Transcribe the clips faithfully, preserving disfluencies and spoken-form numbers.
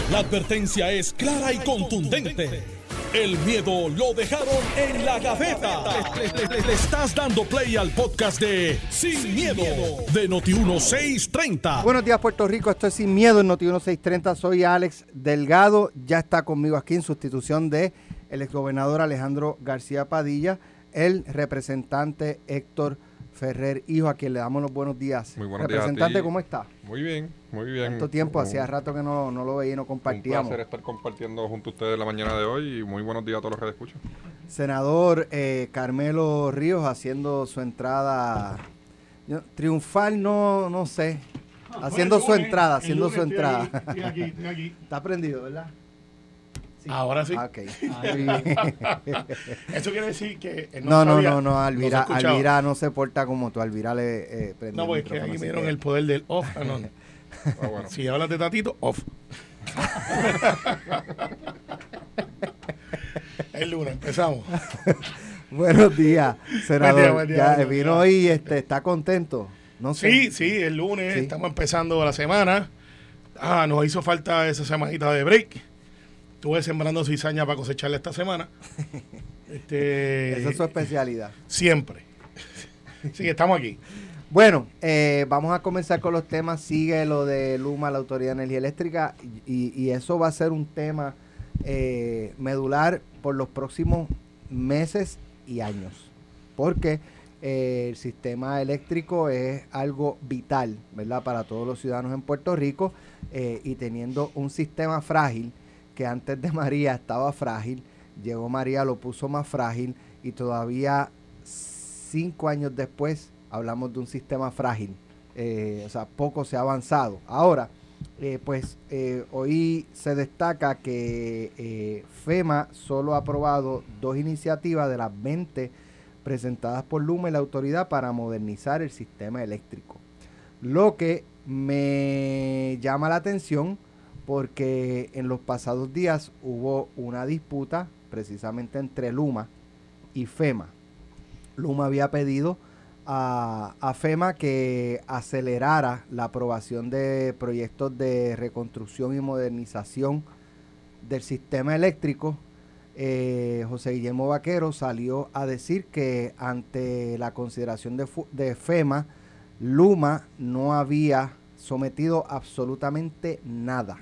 La advertencia es clara y contundente. El miedo lo dejaron en la gaveta. Le, le- le- le estás dando play al podcast de Sin, Miedo, de Noti uno seiscientos treinta. Buenos días, Puerto Rico. Esto es Sin Miedo en Noti uno seiscientos treinta. Soy Alex Delgado. Ya está conmigo aquí en sustitución de el exgobernador Alejandro García Padilla, el representante Héctor Ferrer Hijo, a quien le damos los buenos días. Muy buenos Representante, días a ti. ¿cómo está? Muy bien, muy bien. Tanto tiempo, Un- hacía rato que no, no lo veía y no compartíamos. Un placer estar compartiendo junto a ustedes la mañana de hoy y muy buenos días a todos los que escuchan. Senador eh, Carmelo Ríos haciendo su entrada yo- triunfal, no, no sé. Haciendo su entrada, haciendo su entrada. Estoy aquí, estoy aquí. Está prendido, ¿verdad? Sí. Ahora sí. Ah, ok. Muy bien. Eso quiere decir que él No, no, sabía, no, no, Alvira, no se escuchaba. Alvira no se porta como tú. Alvira le eh, prendió No, el porque es que micrófono, aquí así me dieron que- el poder del off and on. Ah, bueno. Si hablas de Tatito, off. El lunes, empezamos. Buenos días, senador. día, buen día, ya buen día. vino hoy y este, está contento. No sé. Sí, sí, el lunes Sí. estamos empezando la semana. Ah, nos hizo falta esa semanita de break. Estuve sembrando cizaña para cosecharla esta semana. Este, Esa es su especialidad. Siempre. Sí, estamos aquí. Bueno, eh, vamos a comenzar con los temas. Sigue lo de Luma, la Autoridad de Energía Eléctrica, y, y eso va a ser un tema eh, medular por los próximos meses y años, porque eh, el sistema eléctrico es algo vital, ¿verdad?, para todos los ciudadanos en Puerto Rico, eh, y teniendo un sistema frágil, que antes de María estaba frágil, llegó María, lo puso más frágil, y todavía cinco años después hablamos de un sistema frágil. Eh, o sea, poco se ha avanzado. Ahora, eh, pues eh, hoy se destaca que eh, FEMA solo ha aprobado dos iniciativas de las veinte presentadas por Luma y la autoridad para modernizar el sistema eléctrico. Lo que me llama la atención porque en los pasados días hubo una disputa precisamente entre Luma y FEMA. Luma había pedido a, a FEMA que acelerara la aprobación de proyectos de reconstrucción y modernización del sistema eléctrico. Eh, José Guillermo Vaquero salió a decir que ante la consideración de, fu- de FEMA, Luma no había sometido absolutamente nada.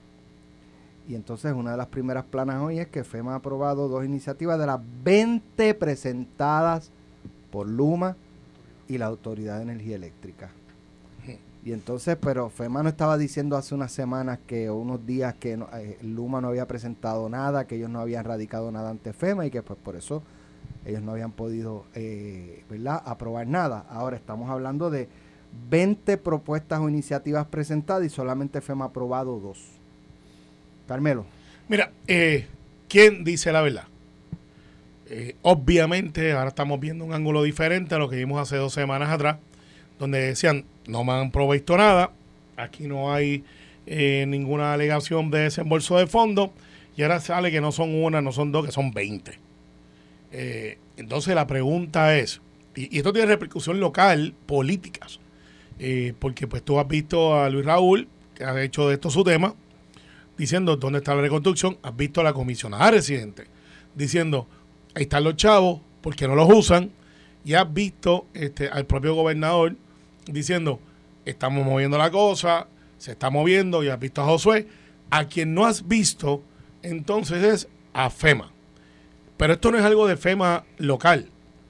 Y entonces una de las primeras planas hoy es que FEMA ha aprobado dos iniciativas de las veinte presentadas por Luma y la Autoridad de Energía Eléctrica. Y entonces, pero FEMA no estaba diciendo hace unas semanas que, o unos días que no, eh, Luma no había presentado nada, que ellos no habían radicado nada ante FEMA y que pues por eso ellos no habían podido, eh, ¿verdad?, aprobar nada. Ahora estamos hablando de veinte propuestas o iniciativas presentadas y solamente FEMA ha aprobado dos. Carmelo. Mira, eh, ¿quién dice la verdad? Eh, obviamente, ahora estamos viendo un ángulo diferente a lo que vimos hace dos semanas atrás, donde decían, no me han provisto nada, aquí no hay eh, ninguna alegación de desembolso de fondos, y ahora sale que no son una, no son dos, que son veinte. Eh, entonces la pregunta es, y, y esto tiene repercusión local, políticas, eh, porque pues tú has visto a Luis Raúl, que ha hecho de esto su tema, diciendo dónde está la reconstrucción, has visto a la comisionada residente, diciendo, ahí están los chavos, porque no los usan, y has visto este, al propio gobernador diciendo, estamos moviendo la cosa, se está moviendo, y has visto a Josué. A quien no has visto, entonces es a FEMA. Pero esto no es algo de FEMA local.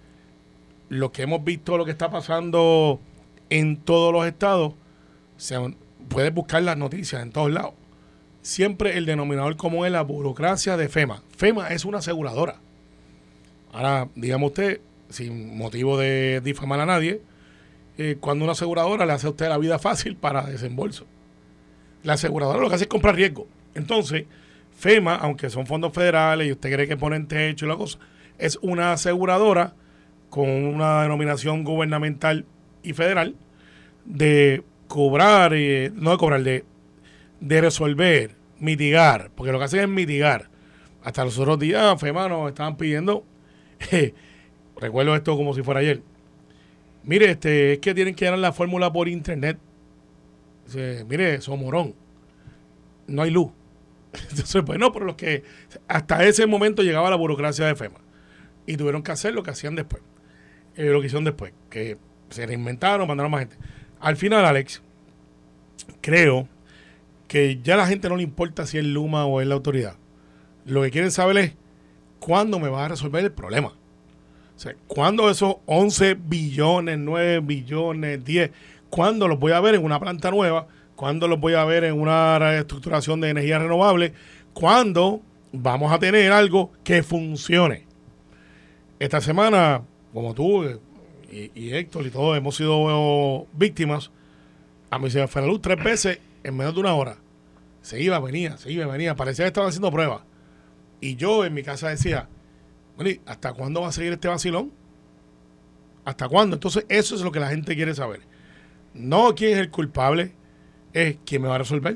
Lo que hemos visto, lo que está pasando en todos los estados, se, puedes buscar las noticias en todos lados. Siempre el denominador común es la burocracia de FEMA. FEMA es una aseguradora. Ahora, dígame usted, sin motivo de difamar a nadie, eh, cuando una aseguradora le hace a usted la vida fácil para desembolso. La aseguradora lo que hace es comprar riesgo. Entonces, FEMA, aunque son fondos federales y usted cree que ponen techo y la cosa, es una aseguradora con una denominación gubernamental y federal de cobrar, eh, no de cobrar, de, de resolver, mitigar, porque lo que hacen es mitigar. Hasta los otros días, FEMA nos estaban pidiendo, eh, recuerdo esto como si fuera ayer, mire, este, es que tienen que llenar la fórmula por internet. Dice, mire, Somorón, no hay luz. Entonces, bueno, pero los que hasta ese momento llegaba la burocracia de FEMA y tuvieron que hacer lo que hacían después, eh, lo que hicieron después, que se reinventaron, mandaron más gente. Al final, Alex, creo que ya a la gente no le importa si es Luma o es la autoridad. Lo que quieren saber es cuándo me va a resolver el problema. O sea, cuándo esos once billones, nueve billones, diez, cuándo los voy a ver en una planta nueva, cuándo los voy a ver en una reestructuración de energía renovable, cuándo vamos a tener algo que funcione. Esta semana, como tú y, y Héctor y todos hemos sido víctimas, a mí se me fue la luz tres veces en menos de una hora. Se iba, venía, se iba, venía. Parecía que estaban haciendo pruebas. Y yo en mi casa decía, bueno, ¿hasta cuándo va a seguir este vacilón? ¿Hasta cuándo? Entonces eso es lo que la gente quiere saber. No quién es el culpable, es quién me va a resolver.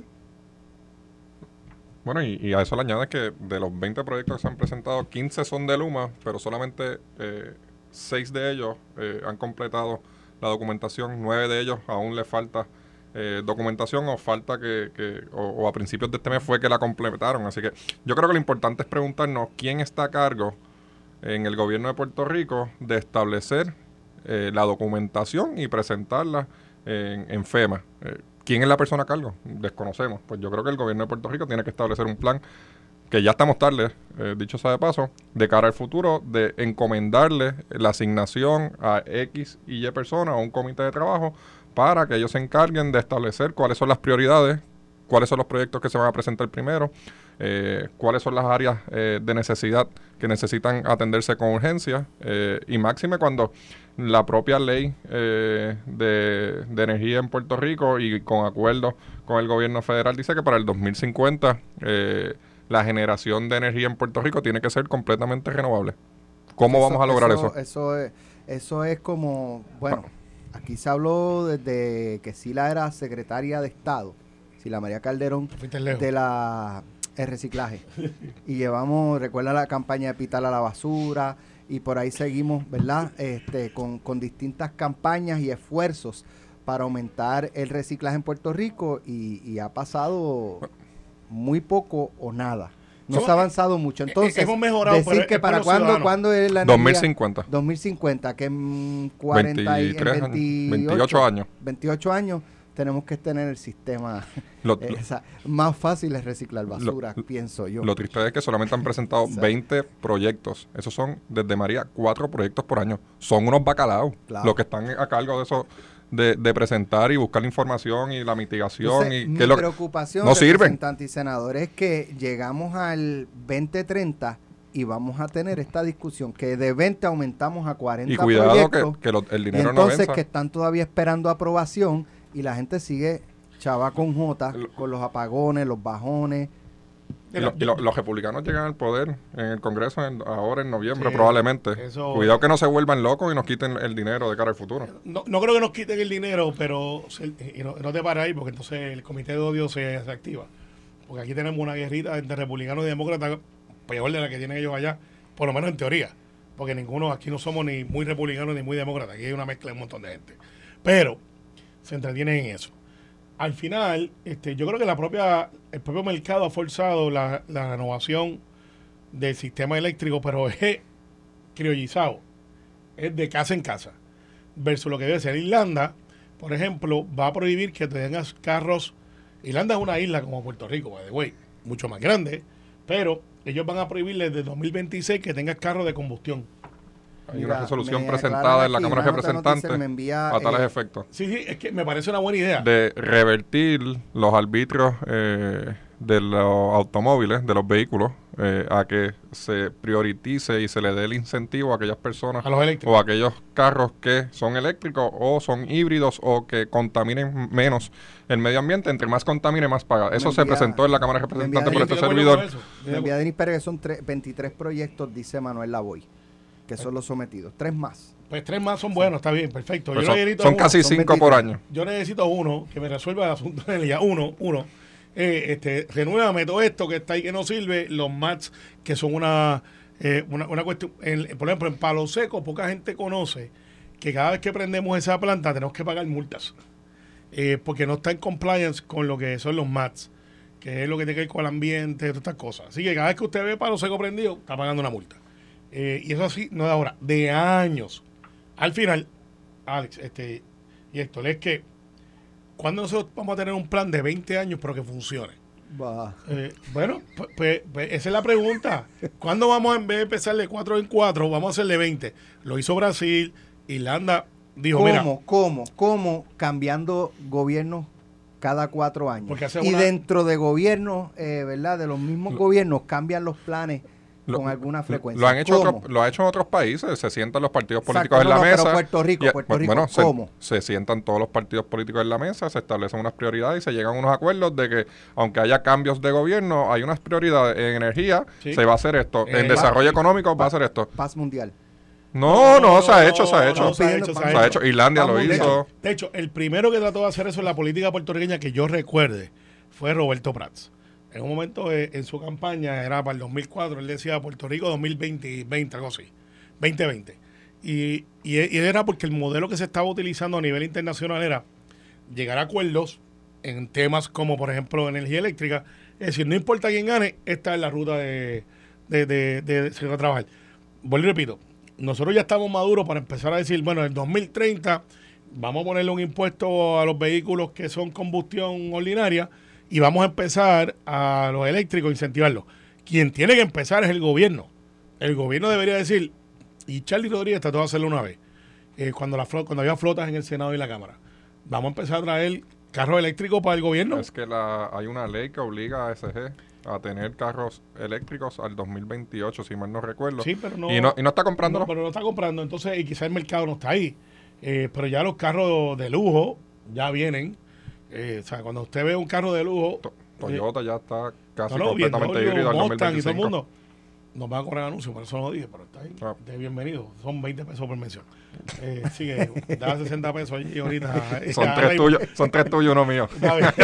Bueno, y, y a eso le añades que de los veinte proyectos que se han presentado, quince son de Luma, pero solamente eh, seis de ellos eh, han completado la documentación, nueve de ellos aún le falta eh, documentación o falta que, que o, o a principios de este mes fue que la completaron. Así que yo creo que lo importante es preguntarnos quién está a cargo en el gobierno de Puerto Rico de establecer eh, la documentación y presentarla en, en FEMA. Eh, ¿Quién es la persona a cargo? Desconocemos. Pues yo creo que el gobierno de Puerto Rico tiene que establecer un plan, que ya estamos tarde, eh, dicho sea de paso, de cara al futuro, de encomendarle la asignación a X y Y personas o un comité de trabajo para que ellos se encarguen de establecer cuáles son las prioridades, cuáles son los proyectos que se van a presentar primero, eh, cuáles son las áreas eh, de necesidad que necesitan atenderse con urgencia, eh, y máxime cuando la propia ley eh, de, de energía en Puerto Rico y con acuerdo con el gobierno federal dice que para el dos mil cincuenta eh, la generación de energía en Puerto Rico tiene que ser completamente renovable. ¿Cómo eso, vamos a lograr eso? eso? Eso es, eso es como, bueno, aquí se habló desde que Sila era secretaria de Estado, Sila María Calderón, de la el reciclaje. Y llevamos, recuerda la campaña de Pitar a la basura, y por ahí seguimos, ¿verdad? Este, con, con distintas campañas y esfuerzos para aumentar el reciclaje en Puerto Rico, y, y ha pasado muy poco o nada. No Somos, se ha avanzado mucho. Entonces, hemos mejorado, decir que para cuándo, cuándo es la energía, dos mil cincuenta. dos mil cincuenta, que en cuarenta y, en veintiocho, años, veintiocho años. veintiocho años tenemos que tener el sistema lo, eh, esa, más fácil es reciclar basura, lo, pienso yo. Lo triste es que solamente han presentado veinte proyectos. Esos son, desde María, cuatro proyectos por año. Son unos bacalaos claro. los que están a cargo de eso, de, de presentar y buscar la información y la mitigación. Entonces, y mi que lo, preocupación, no sirven. representantes y senadores, es que llegamos al veinte treinta y vamos a tener esta discusión que de veinte aumentamos a cuarenta y cuidado proyectos, que, que lo, el dinero y entonces no venza. Que están todavía esperando aprobación y la gente sigue chava con J, con los apagones, los bajones. Y lo, y lo, los republicanos llegan al poder en el Congreso en, ahora en noviembre, sí, probablemente. Eso, cuidado que no se vuelvan locos y nos quiten el dinero de cara al futuro. No, no creo que nos quiten el dinero, pero y no, no te pares ahí, porque entonces el comité de odio se, se activa. Porque aquí tenemos una guerrita entre republicanos y demócratas peor de la que tienen ellos allá, por lo menos en teoría. Porque ninguno, aquí no somos ni muy republicanos ni muy demócratas. Aquí hay una mezcla de un montón de gente. Pero se entretienen en eso. Al final, este, yo creo que la propia, el propio mercado ha forzado la, la renovación del sistema eléctrico, pero es criollizado, es de casa en casa, versus lo que debe ser. Irlanda, por ejemplo, va a prohibir que tengas carros. Irlanda es una isla como Puerto Rico, by the way, mucho más grande, pero ellos van a prohibirle desde dos mil veintiséis que tengas carros de combustión. Hay Mira, una resolución presentada en la Cámara de Representantes a tales eh, efectos. Sí, sí, es que me parece una buena idea. De revertir los arbitrios eh, de los automóviles, de los vehículos, eh, a que se priorice y se le dé el incentivo a aquellas personas a los o a aquellos carros que son eléctricos o son híbridos o que contaminen menos el medio ambiente. Entre más contamine, más paga. Eso envía, se presentó en la Cámara de Representantes por este servidor. Me envía Denis Pérez que son tres, veintitrés proyectos, dice Manuel Lavoy, que son los sometidos. Tres más. Pues tres más son buenos, está bien, perfecto. Pues yo son necesito son uno, casi son cinco veintitrés. Por año. Yo necesito uno que me resuelva el asunto de energía. Uno, uno. Eh, este, renuévame todo esto que está ahí que no sirve. Los M A Ts, que son una, eh, una, una cuestión. En, por ejemplo, en Palo Seco, poca gente conoce que cada vez que prendemos esa planta tenemos que pagar multas. Eh, porque no está en compliance con lo que son los M A Ts. que es lo que tiene que ver con el ambiente, todas estas cosas. Así que cada vez que usted ve palo seco prendido, está pagando una multa. Eh, y eso así, no de ahora, de años. Al final, Alex, este, y Héctor, es que ¿cuándo nosotros vamos a tener un plan de veinte años pero que funcione? Eh, bueno, pues, pues, pues esa es la pregunta. ¿Cuándo vamos a, en vez de empezar de cuatro en cuatro, vamos a hacer de veinte? Lo hizo Brasil, Irlanda dijo, ¿Cómo, mira, cómo, cómo cambiando gobiernos cada cuatro años? Porque hace y una- dentro de gobiernos, eh, ¿verdad? De los mismos Lo- gobiernos cambian los planes Lo- con alguna frecuencia. Lo han hecho ¿Cómo? otros, lo ha hecho en otros países, se sientan los partidos Exacto, políticos en no, la no, pero mesa. Puerto Rico, y- Puerto Rico, bueno, se- ¿cómo? Se, sientan todos los partidos políticos en la mesa, se establecen unas prioridades y se llegan a unos acuerdos de que aunque haya cambios de gobierno, hay unas prioridades en energía, Sí. se va a hacer esto, Eh, en desarrollo pa- económico va a hacer esto. Paz mundial. No, no, se ha hecho, se ha hecho. no, se ha hecho, Se ha hecho. Irlandia lo Vamos, de hizo. De hecho, el primero que trató de hacer eso en la política puertorriqueña que yo recuerde fue Roberto Prats. En un momento eh, en su campaña, era para el dos mil cuatro, él decía Puerto Rico dos mil veinte, veinte, algo así, veinte veinte. Y, y, y era porque el modelo que se estaba utilizando a nivel internacional era llegar a acuerdos en temas como, por ejemplo, energía eléctrica. Es decir, no importa quién gane, esta es la ruta de, de, de, de, de, de trabajar. Vuelvo y repito, nosotros ya estamos maduros para empezar a decir, bueno, en el dos mil treinta vamos a ponerle un impuesto a los vehículos que son combustión ordinaria y vamos a empezar a los eléctricos, incentivarlos. Quien tiene que empezar es el gobierno. El gobierno debería decir, y Charlie Rodríguez trató de hacerlo una vez, eh, cuando, la flota, cuando había flotas en el Senado y la Cámara. Vamos a empezar a traer carros eléctricos para el gobierno. Es que la, hay una ley que obliga a S G a tener carros eléctricos al dos mil veintiocho, si mal no recuerdo. Sí, pero no, y, no, y no está comprando. No, pero no está comprando, entonces, y quizás el mercado no está ahí. Eh, pero ya los carros de lujo ya vienen. Eh, o sea, cuando usted ve un carro de lujo. To- Toyota ya está casi no, no, completamente B M W, híbrido al Mustang y todo el dos mil veinticinco. mundo. Nos van a cobrar anuncios, por eso no lo dije, pero está ahí. Ah. De bienvenido. Son veinte pesos por mención. Eh, sigue, da sesenta pesos allí ahorita. Son Ya, tres ahí- tuyos, son tres tuyos, uno mío. Está bien.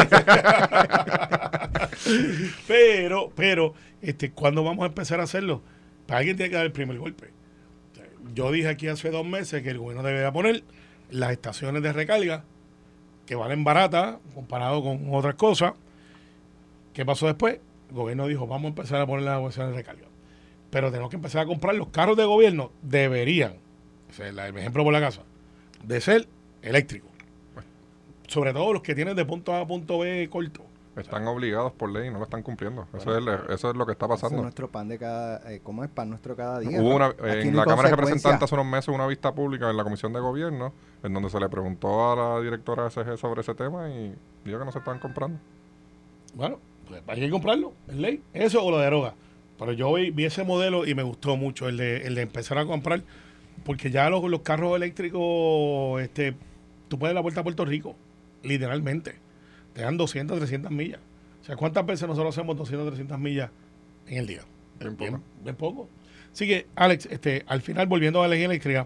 pero, pero, este, ¿cuándo vamos a empezar a hacerlo? Para alguien tiene que dar el primer golpe. O sea, yo dije aquí hace dos meses que el gobierno debería poner las estaciones de recarga que valen baratas comparado con otras cosas. ¿Qué pasó después? El gobierno dijo, vamos a empezar a poner las estaciones de recarga. Pero tenemos que empezar a comprar los carros de gobierno. Deberían, o sea, el ejemplo por la casa, de ser eléctricos. Sobre todo los que tienen de punto A a punto B corto. Están obligados por ley y no lo están cumpliendo. Eso, es, el- eso es lo que está Ese es pasando. nuestro pan de cada... Eh, ¿Cómo es pan nuestro cada día? Hubo ¿no? una, Aquí en no la hay Cámara de consecuencia. Representantes hace unos meses una vista pública en la Comisión de Gobierno en donde se le preguntó a la directora de S G sobre ese tema y dijo que no se estaban comprando. Bueno, pues hay que comprarlo, es ley. Eso o la deroga. Pero yo vi, vi ese modelo y me gustó mucho el de, el de empezar a comprar, porque ya los, los carros eléctricos, este, tú puedes ir a la puerta a Puerto Rico, literalmente. Te dan doscientas, trescientas millas. O sea, ¿cuántas veces nosotros hacemos doscientas, trescientas millas en el día? Bien Bien, poco. bien poco. Así que, Alex, este, al final, volviendo a la energía eléctrica,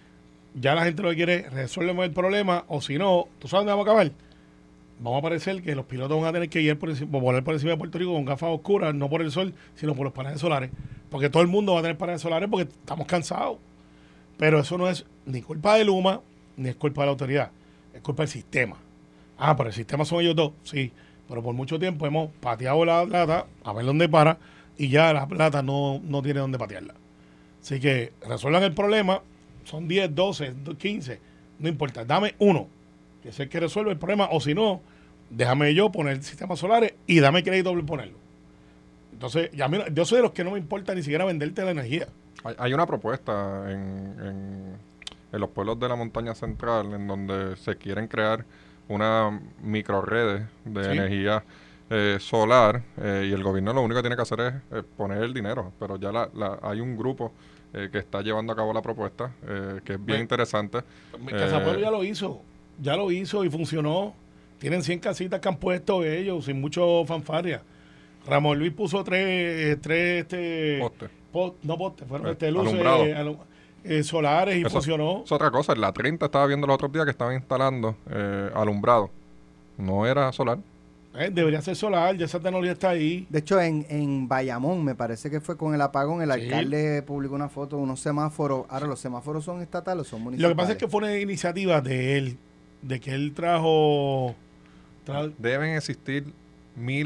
ya la gente lo que quiere es resolver el problema, o si no, ¿tú sabes dónde vamos a acabar? Vamos a parecer que los pilotos van a tener que ir por encima, volar por encima de Puerto Rico con gafas oscuras, no por el sol, sino por los paneles solares. Porque todo el mundo va a tener paneles solares porque estamos cansados. Pero eso no es ni culpa de Luma, ni es culpa de la autoridad. Es culpa del sistema. Ah, pero el sistema son ellos dos, sí. Pero por mucho tiempo hemos pateado la lata a ver dónde para y ya la plata no, no tiene dónde patearla. Así que resuelvan el problema. Son diez, doce, quince. No importa. Dame uno, que es el que resuelve el problema. O si no, déjame yo poner sistemas solares y dame crédito por ponerlo. Entonces, ya mira, yo soy de los que no me importa ni siquiera venderte la energía. Hay, hay una propuesta en, en, en los pueblos de la montaña central en donde se quieren crear una microredes de Sí. energía eh, solar eh, y el gobierno lo único que tiene que hacer es eh, poner el dinero, pero ya la, la, hay un grupo eh, que está llevando a cabo la propuesta eh, que es bien Bueno. interesante. Casa Eh, Pueblo ya lo hizo. Ya lo hizo y funcionó. Tienen cien casitas que han puesto ellos sin mucho fanfarria. Ramón Luis puso tres, eh, tres este, Poste. po- no postes, fueron Eh, este, luces alumbrado. eh, alum- eh, solares y Eso- funcionó. Es otra cosa, en la treinta estaba viendo los otros días que estaban instalando eh, alumbrado. No era solar. Eh, debería ser solar, ya esa tecnología está ahí. De hecho, en, en Bayamón, me parece que fue con el apagón, el Sí. alcalde publicó una foto de unos semáforos. Ahora, ¿los semáforos son estatales o son Lo municipales? que pasa es que fue una iniciativa de él, de que él trajo... tra- Deben existir miles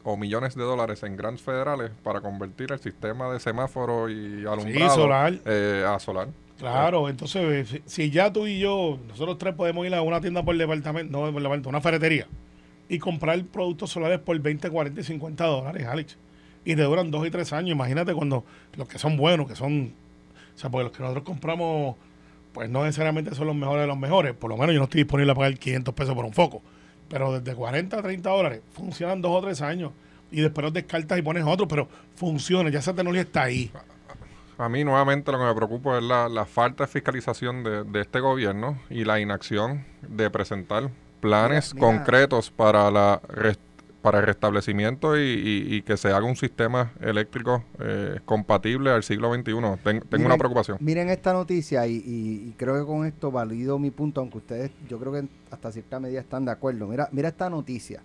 o millones de dólares en grants federales para convertir el sistema de semáforo y alumbrado Sí, solar. Eh, a solar. Claro, entonces, si, si ya tú y yo, nosotros tres podemos ir a una tienda por departamento, no por departamento, una ferretería, y comprar productos solares por veinte, cuarenta y cincuenta dólares, Alex, y te duran dos y tres años. Imagínate cuando los que son buenos, que son, o sea, porque los que nosotros compramos, pues no necesariamente son los mejores de los mejores. Por lo menos yo no estoy disponible a pagar quinientos pesos por un foco, pero desde cuarenta a treinta dólares funcionan dos o tres años y después los descartas y pones otro, pero funciona, ya esa tecnología está ahí. A mí nuevamente lo que me preocupa es la, la falta de fiscalización de, de este gobierno y la inacción de presentar planes Mira, mira. concretos para la rest- para el restablecimiento y, y, y que se haga un sistema eléctrico eh, compatible al siglo veintiuno. Ten- tengo Miren- una preocupación. Miren esta noticia y, y- y creo que con esto valido mi punto, aunque ustedes yo creo que hasta cierta medida están de acuerdo. Mira, mira esta noticia.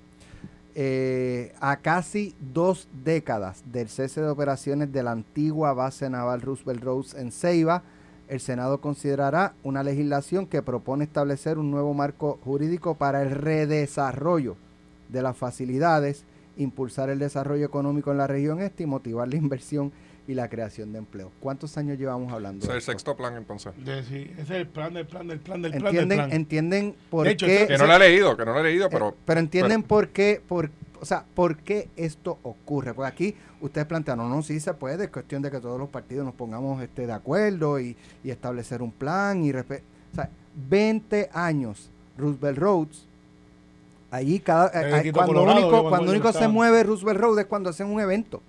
Eh, a casi dos décadas del cese de operaciones de la antigua base naval Roosevelt Roads en Ceiba, el Senado considerará una legislación que propone establecer un nuevo marco jurídico para el redesarrollo de las facilidades, impulsar el desarrollo económico en la región este y motivar la inversión y la creación de empleo. ¿Cuántos años llevamos hablando Ese es de el esto? sexto plan entonces. De, sí, ese es el plan del plan del plan del plan del ¿Entienden, plan. entienden por De hecho, qué? Que no lo he leído, que no lo he leído, pero... Eh, pero entienden por qué, por, o sea, por qué esto ocurre. Porque aquí ustedes plantean, no, no, sí se puede, es cuestión de que todos los partidos nos pongamos este de acuerdo y, y establecer un plan y respe- o sea, veinte años Roosevelt Roads. Allí cada El eh, Tito cuando Colorado, yo único me cuando acuerdo único que se estaba. mueve Roosevelt Roads es cuando hacen un evento.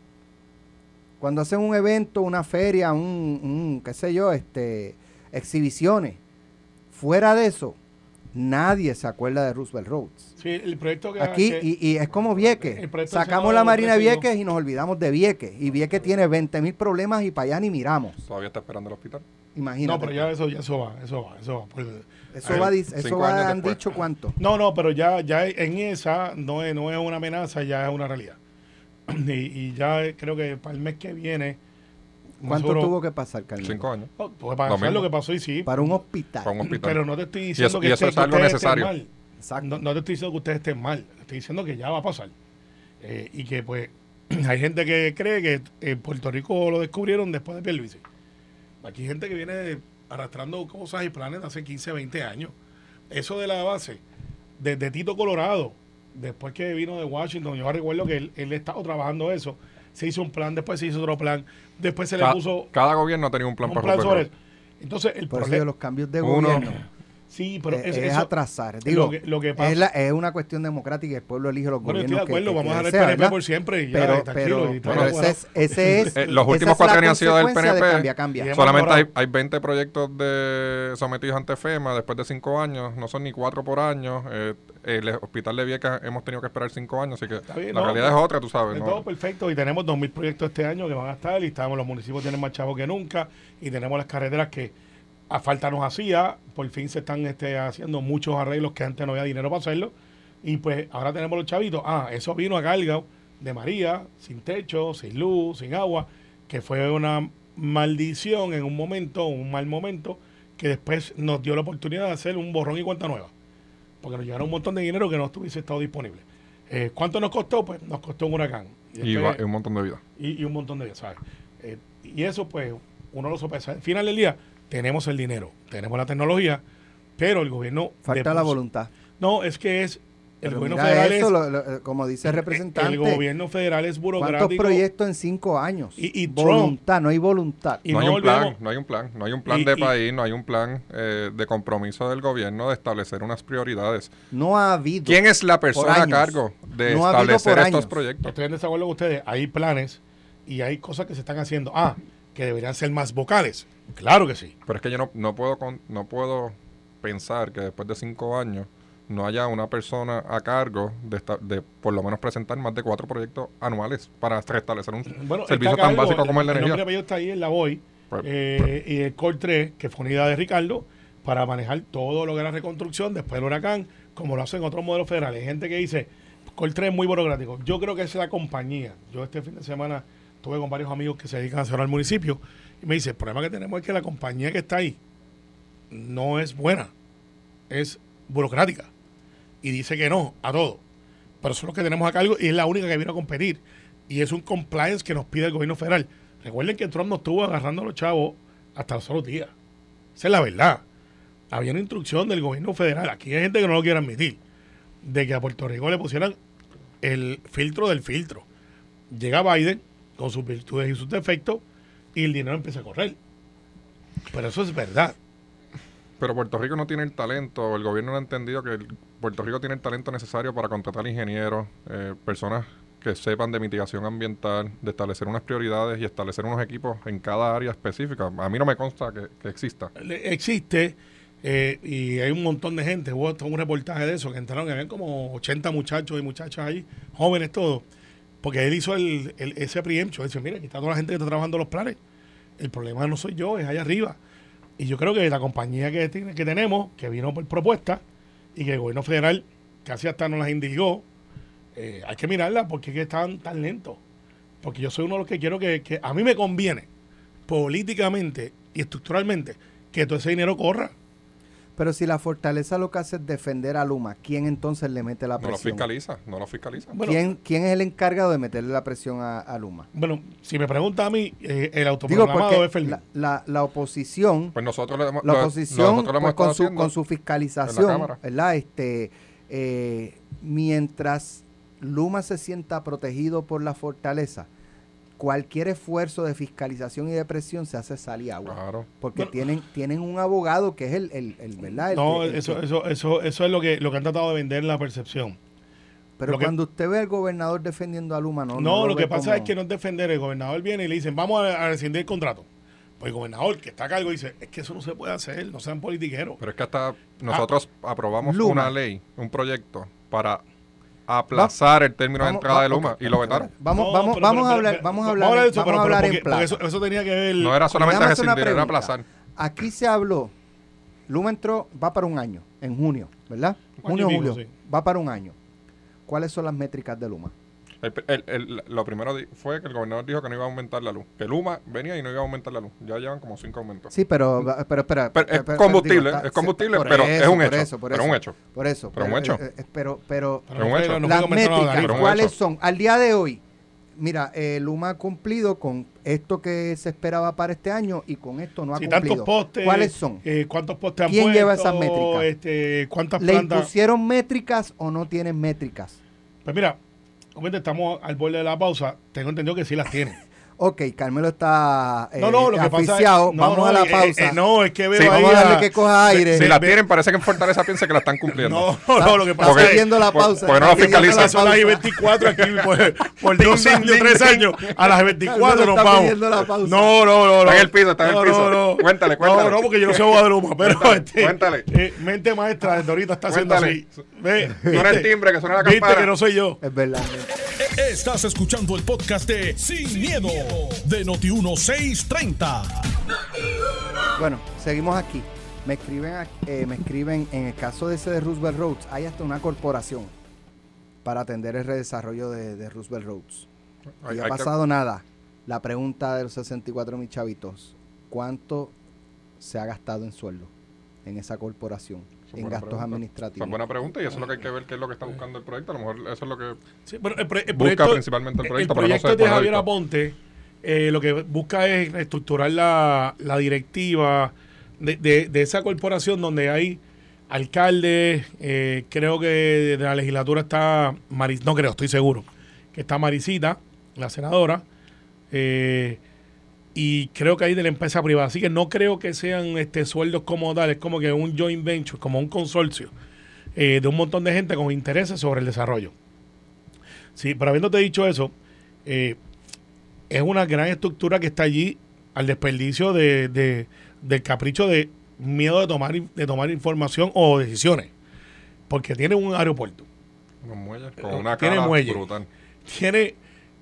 Cuando hacen un evento, una feria, un, un qué sé yo, este exhibiciones. Fuera de eso, nadie se acuerda de Roosevelt Roads. Sí, el proyecto que Aquí, que- y, y es como Vieques. el proyecto Sacamos del la Senado Marina de presidió. Vieques y nos olvidamos de Vieques. Y Vieques tiene veinte mil problemas y para allá ni miramos. Todavía está esperando el hospital. Imagínate. No, pero ya eso, ya eso va, eso va, eso va. Pues, eso eh, va, dis- eso cinco va años han después. dicho cuánto. no, no, pero ya, ya en esa no es, no es una amenaza, ya es una realidad. Y, y ya creo que para el mes que viene. ¿Cuánto nosotros- tuvo que pasar, Carlos? Cinco años. Oh, pues para Lo hacer mismo. lo que pasó y sí. Para un hospital. Para un hospital. Pero no te estoy Y diciendo eso- que, y eso esté- es que algo ustedes necesario. estén mal. Exacto. No, no te estoy diciendo que ustedes estén mal. Estoy diciendo que ya va a pasar. Eh, y que pues hay gente que cree que en Puerto Rico lo descubrieron después de Pierluisi. Aquí hay gente que viene arrastrando cosas y planes de hace quince, veinte años. Eso de la base, desde Tito Colorado, después que vino de Washington, yo recuerdo que él, él estaba trabajando eso. Se hizo un plan, después se hizo otro plan, después se le Ca- puso cada gobierno ha tenido un plan un para plan sobre Roosevelt eso. Entonces, el Por eso de problema... los cambios de Uno. gobierno. Sí, pero eh, es, es, eso- atrasar. Digo, lo que, lo que pasa... es, la- es una cuestión democrática y el pueblo elige los bueno, yo estoy gobiernos de acuerdo, que, que- vamos que a dejar el desea, P N P ¿verdad? por siempre y ya, pero, y tranquilo. pero, y pero todo ese es, ese es Eh, los esa últimos es cuatro la años han sido del consecuencia de P N P. cambia, cambia. Y hemos Solamente hay, mejorado. hay veinte proyectos de sometidos ante FEMA después de cinco años. No son ni cuatro por año. Eh, el hospital de Vieques hemos tenido que esperar cinco años. Así que Está bien, la no, realidad pues, es otra, tú sabes. Es ¿no? todo perfecto y tenemos dos mil proyectos este año que van a estar y estamos, los municipios tienen más chavos que nunca y tenemos las carreteras que a falta nos hacía, por fin se están este, haciendo muchos arreglos que antes no había dinero para hacerlo y pues ahora tenemos los chavitos. Ah, eso vino a cargo de María, sin techo, sin luz, sin agua, que fue una maldición en un momento, un mal momento, que después nos dio la oportunidad de hacer un borrón y cuenta nueva, porque nos llegaron un montón de dinero que no estuviese estado disponible. Eh, ¿Cuánto nos costó? Pues nos costó un huracán. Y, después- va- y un montón de vida. y, y un montón de cosas, ¿sabes? Eh, y eso, pues, uno lo sopesa. Al final del día, tenemos el dinero, tenemos la tecnología, pero el gobierno... Falta de- la voluntad. No, es que es... El Pero gobierno mira federal eso, es... lo- lo- como dice el representante, El gobierno federal es ¿cuántos burocrático. proyectos en cinco años? Y- y voluntad, no hay voluntad. Y no, no hay un plan, olvidemos- no hay un plan, no hay un plan Y- de y- país, no hay un plan eh, de compromiso del gobierno de establecer unas prioridades. No ha habido. ¿Quién es la persona a años. cargo de No ha habido establecer por estos años. proyectos? Estoy en desacuerdo con ustedes. Hay planes y hay cosas que se están haciendo. Ah, que deberían ser más vocales. Claro que sí. Pero es que yo no, no puedo con- no puedo pensar que después de cinco años no haya una persona a cargo de, esta- de por lo menos presentar más de cuatro proyectos anuales para restablecer un Bueno, servicio está tan cargo, básico como el de nombre energía. de apellido está ahí en la B O I Pues, eh, y el Core tres, que fue una idea de Ricardo, para manejar todo lo que era reconstrucción después del huracán, como lo hacen otros modelos federales. Hay gente que dice, Core tres es muy burocrático. Yo creo que es la compañía. Yo este fin de semana estuve con varios amigos que se dedican a cerrar el municipio y me dice, el problema que tenemos es que la compañía que está ahí no es buena, es burocrática. Y dice que no a todo. pero son los que tenemos a cargo y es la única que vino a competir. Y es un compliance que nos pide el gobierno federal. Recuerden que Trump nos estuvo agarrando a los chavos hasta los otros días. Esa es la verdad. Había una instrucción del gobierno federal, aquí hay gente que no lo quiere admitir, de que a Puerto Rico le pusieran el filtro del filtro. Llega Biden con sus virtudes y sus defectos y el dinero empieza a correr. Pero eso es verdad. Pero Puerto Rico no tiene el talento, el gobierno no ha entendido que el, Puerto Rico tiene el talento necesario para contratar ingenieros, eh, personas que sepan de mitigación ambiental, de establecer unas prioridades y establecer unos equipos en cada área específica. A mí no me consta que, que exista. Existe, eh, y hay un montón de gente. Hubo un reportaje de eso, que entraron, que había como ochenta muchachos y muchachas ahí, jóvenes todos, porque él hizo el, el, ese preemption. Él dice, mira, aquí está toda la gente que está trabajando los planes. El problema no soy yo, es allá arriba. Y yo creo que la compañía que, tiene, que tenemos, que vino por propuesta, y que el gobierno federal casi hasta nos las indilgó, eh, hay que mirarla porque es que están tan lentos. Porque yo soy uno de los que quiero que, que a mí me conviene, políticamente y estructuralmente, que todo ese dinero corra. Pero si la fortaleza lo que hace es defender a Luma, ¿quién entonces le mete la No lo presión? fiscaliza, no lo fiscaliza. Bueno, ¿Quién, ¿Quién es el encargado de meterle la presión a, a Luma? Bueno, si me pregunta a mí, eh, el Digo, autoproclamado porque es Fermín. la, la, la oposición, Pues nosotros le hemos, la lo- oposición nosotros lo hemos pues, con, estado su, haciendo con su en la fiscalización, Cámara. ¿verdad? Este, eh, mientras Luma se sienta protegido por la fortaleza, cualquier esfuerzo de fiscalización y de presión se hace sal y agua. Claro. Porque Bueno. tienen tienen un abogado que es el, el, el ¿verdad? El No, que- el eso, que- eso, eso, eso es lo que, lo que han tratado de vender la percepción. pero lo que- cuando usted ve al gobernador defendiendo a Luma, no. No, lo, ve que pasa como- es que no es defender. El gobernador viene y le dicen, vamos a, a rescindir el contrato. Pues el gobernador que está a cargo dice, es que eso no se puede hacer, no sean politiqueros. Pero es que hasta nosotros aprobamos Luma. una ley, un proyecto para aplazar el término de Vamos- entrada de va- Luma ok, y lo vetaron. Vamos, No, vamos, pero- vamos pero- a hablar, pero- vamos a vamos hablar, de eso, vamos pero- a pero hablar porque- en plata. porque eso, eso tenía que ver. No era solamente Déjame hacer una rescindir, era pregunta. aplazar. Aquí se habló, Luma entró, va para un año, en junio, ¿verdad? Año Junio, y pico, julio, sí. va para un año. ¿Cuáles son las métricas de Luma? El- el- el- lo primero di- fue que el gobernador dijo que no iba a aumentar la luz. Que Luma venía y no iba a aumentar la luz. Ya llevan como cinco aumentos. Sí, pero, pero, espera. Pero es pero- pero- combustible, digo, está- es combustible, por pero es un por hecho, eso, por pero eso, un hecho. Por eso. Pero un hecho. eh, eh, Pero, pero, Pero Es un fue- hecho. no fue las que aumentaron la métricas, Pero tarifa. un ¿cuáles hecho. son? Al día de hoy, mira, eh, Luma ha cumplido con esto que se esperaba para este año y con esto no ha Si cumplido. tantos postes. ¿Cuáles son? eh, ¿Cuántos postes han ¿Quién puesto? lleva esas métricas? Este, ¿Cuántas ¿Le plantas? impusieron métricas o no tienen métricas? Pues mira, obviamente estamos al borde de la pausa. Tengo entendido que sí las tienen. Ok, Carmelo está eh, no, no, lo que pasa es. asfixiado. no, Vamos no, a la eh, pausa. eh, no, es que veo Sí, ahí Vamos a darle a- que coja aire. Si Ve- la ve- tienen, parece que en Fortaleza piensa que la están cumpliendo. No, no, lo que Está pasa Porque- es pidiendo la por- pausa. porque no lo está pidiendo fiscaliza. la son las I pausa. veinticuatro aquí por, por Ding, dos ding, años, ding, tres ding. años. A las veinticuatro Carmelo nos está vamos. pidiendo la pausa. No, no, no. no. Está en el piso, está en el No, piso. no, no. Cuéntale, cuéntale. No, no, porque yo no soy abogado de Luma, pero Cuéntale, este, cuéntale. eh, mente maestra desde ahorita está haciendo Cuéntale. así. Ve, Suena el viste, timbre, que suena la viste campana. que no soy yo. Es verdad. Estás escuchando el podcast de Sin, Miedo, de Noti uno seiscientos treinta. Bueno, seguimos aquí. Me escriben, aquí- eh, me escriben, en el caso de ese de Roosevelt Roads, hay hasta una corporación para atender el redesarrollo de, de Roosevelt Roads. Hay- Y ha hay que- pasado nada. La pregunta de los sesenta y cuatro mil chavitos, ¿cuánto se ha gastado en sueldo en esa corporación, Esa es en buena gastos pregunta. Esa administrativos? es buena pregunta y eso es lo que hay que ver, qué es lo que está buscando el proyecto. A lo mejor eso es lo que Sí, pero el, pro- el busca proyecto, principalmente el proyecto, el pero no proyecto sé, de pues no he Javier visto. Aponte eh, lo que busca es reestructurar la, la directiva de, de, de esa corporación donde hay alcaldes, eh, creo que de la legislatura está, Maris, no creo, estoy seguro, que está Marisita, la senadora, eh, y creo que hay de la empresa privada. Así que no creo que sean este sueldos como tal, es como que un joint venture, como un consorcio eh, de un montón de gente con intereses sobre el desarrollo. Sí, pero habiéndote dicho eso, eh, es una gran estructura que está allí al desperdicio de, de- del capricho de miedo de tomar, in- de tomar información o decisiones. Porque tiene un aeropuerto, Unos muelles Eh, con una tiene cara muelle. brutal. tiene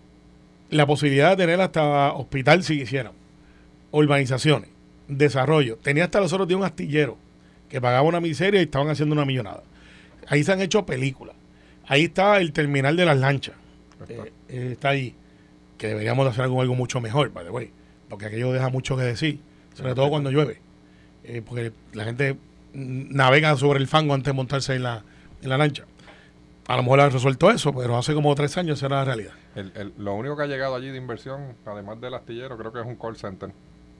la posibilidad de tener hasta hospital si quisieran, urbanizaciones, desarrollo. Tenía hasta los otros días un astillero que pagaba una miseria y estaban haciendo una millonada. Ahí se han hecho películas. Ahí está el terminal de las lanchas. Está. Eh, eh, está ahí. Que deberíamos de hacer algo, algo mucho mejor, by the way, porque aquello deja mucho que decir, sobre todo cuando llueve. Eh, porque la gente mm, navega sobre el fango antes de montarse en la, en la lancha. a lo mejor han resuelto eso, pero hace como tres años era la realidad. El, el, lo único que ha llegado allí de inversión, además del astillero, creo que es un call center.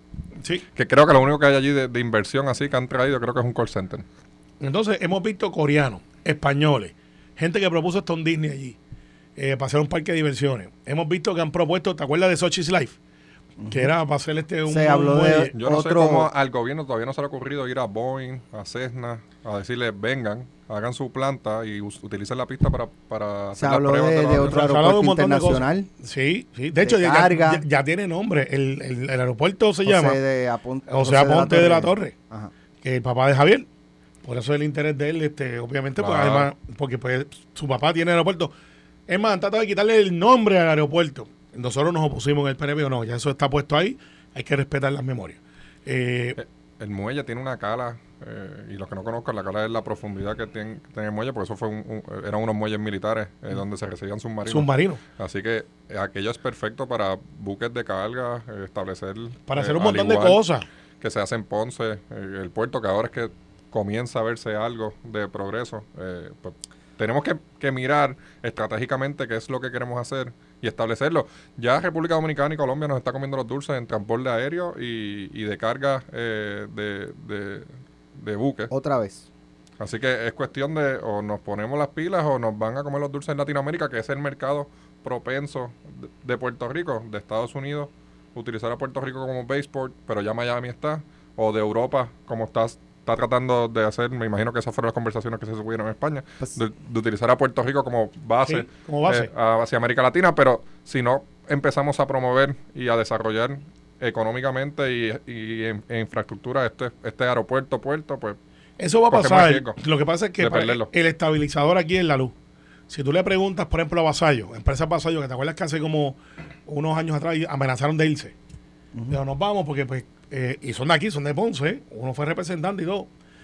Sí. Que creo que lo único que hay allí de, de inversión así que han traído, creo que es un call center. Entonces, hemos visto coreanos, españoles, gente que propuso Stone Disney allí, eh, para hacer un parque de diversiones. Hemos visto que han propuesto, ¿te acuerdas de Sochi's Life? Uh-huh. Que era para hacer este un... Se habló de Yo no otro... sé cómo al gobierno todavía no se le ha ocurrido ir a Boeing, a Cessna, a decirles, vengan, hagan su planta y us- utilicen la pista para, para se hacer habló las pruebas de, de, de los otro aviones. aeropuerto internacional. Sí, sí. De hecho, de ya, carga. ya, ya tiene nombre. El, el, el aeropuerto se José llama de Apon- José Aponte de la Torre, Ajá. que es el papá de Javier. Por eso el interés de él, este, obviamente, pues Claro. además, porque pues su papá tiene aeropuerto. Es más, han tratado de quitarle el nombre al aeropuerto. Nosotros nos opusimos en el P N P, o no, ya eso está puesto ahí, hay que respetar las memorias. Eh, Eh, El muelle tiene una cala, eh, y los que no conozcan, la cala es la profundidad que tiene, que tiene el muelle, porque eso fue un, un- eran unos muelles militares eh, donde se recibían submarinos. submarino. Así que eh, aquello es perfecto para buques de carga, eh, establecer... Para eh, hacer un al montón de igual cosas. que se hace en Ponce, eh, el puerto, que ahora es que comienza a verse algo de progreso. Eh, pues, tenemos que, que mirar estratégicamente qué es lo que queremos hacer y establecerlo. Ya República Dominicana y Colombia nos está comiendo los dulces en transporte aéreo y, y de carga eh, de, de, de buques. Otra vez. Así que es cuestión de o nos ponemos las pilas o nos van a comer los dulces en Latinoamérica, que es el mercado propenso de, de Puerto Rico, de Estados Unidos, utilizar a Puerto Rico como baseport, pero ya Miami está, o de Europa, como estás está tratando de hacer, me imagino que esas fueron las conversaciones que se subieron en España, Pues, de, de utilizar a Puerto Rico como base, Sí, como base. eh, a- hacia América Latina, pero si no empezamos a promover y a desarrollar económicamente y, y en, en infraestructura este, este aeropuerto, puerto, pues Eso va a cogemos pasar. riesgo Lo que pasa es que de para- perderlo. el estabilizador aquí es la luz. Si tú le preguntas, por ejemplo, a Vasallo, empresa Vasallo, que te acuerdas que hace como unos años atrás amenazaron de irse. Pero nos vamos porque, pues, eh, y son de aquí, son de Ponce, ¿eh? Uno fue representante y todo.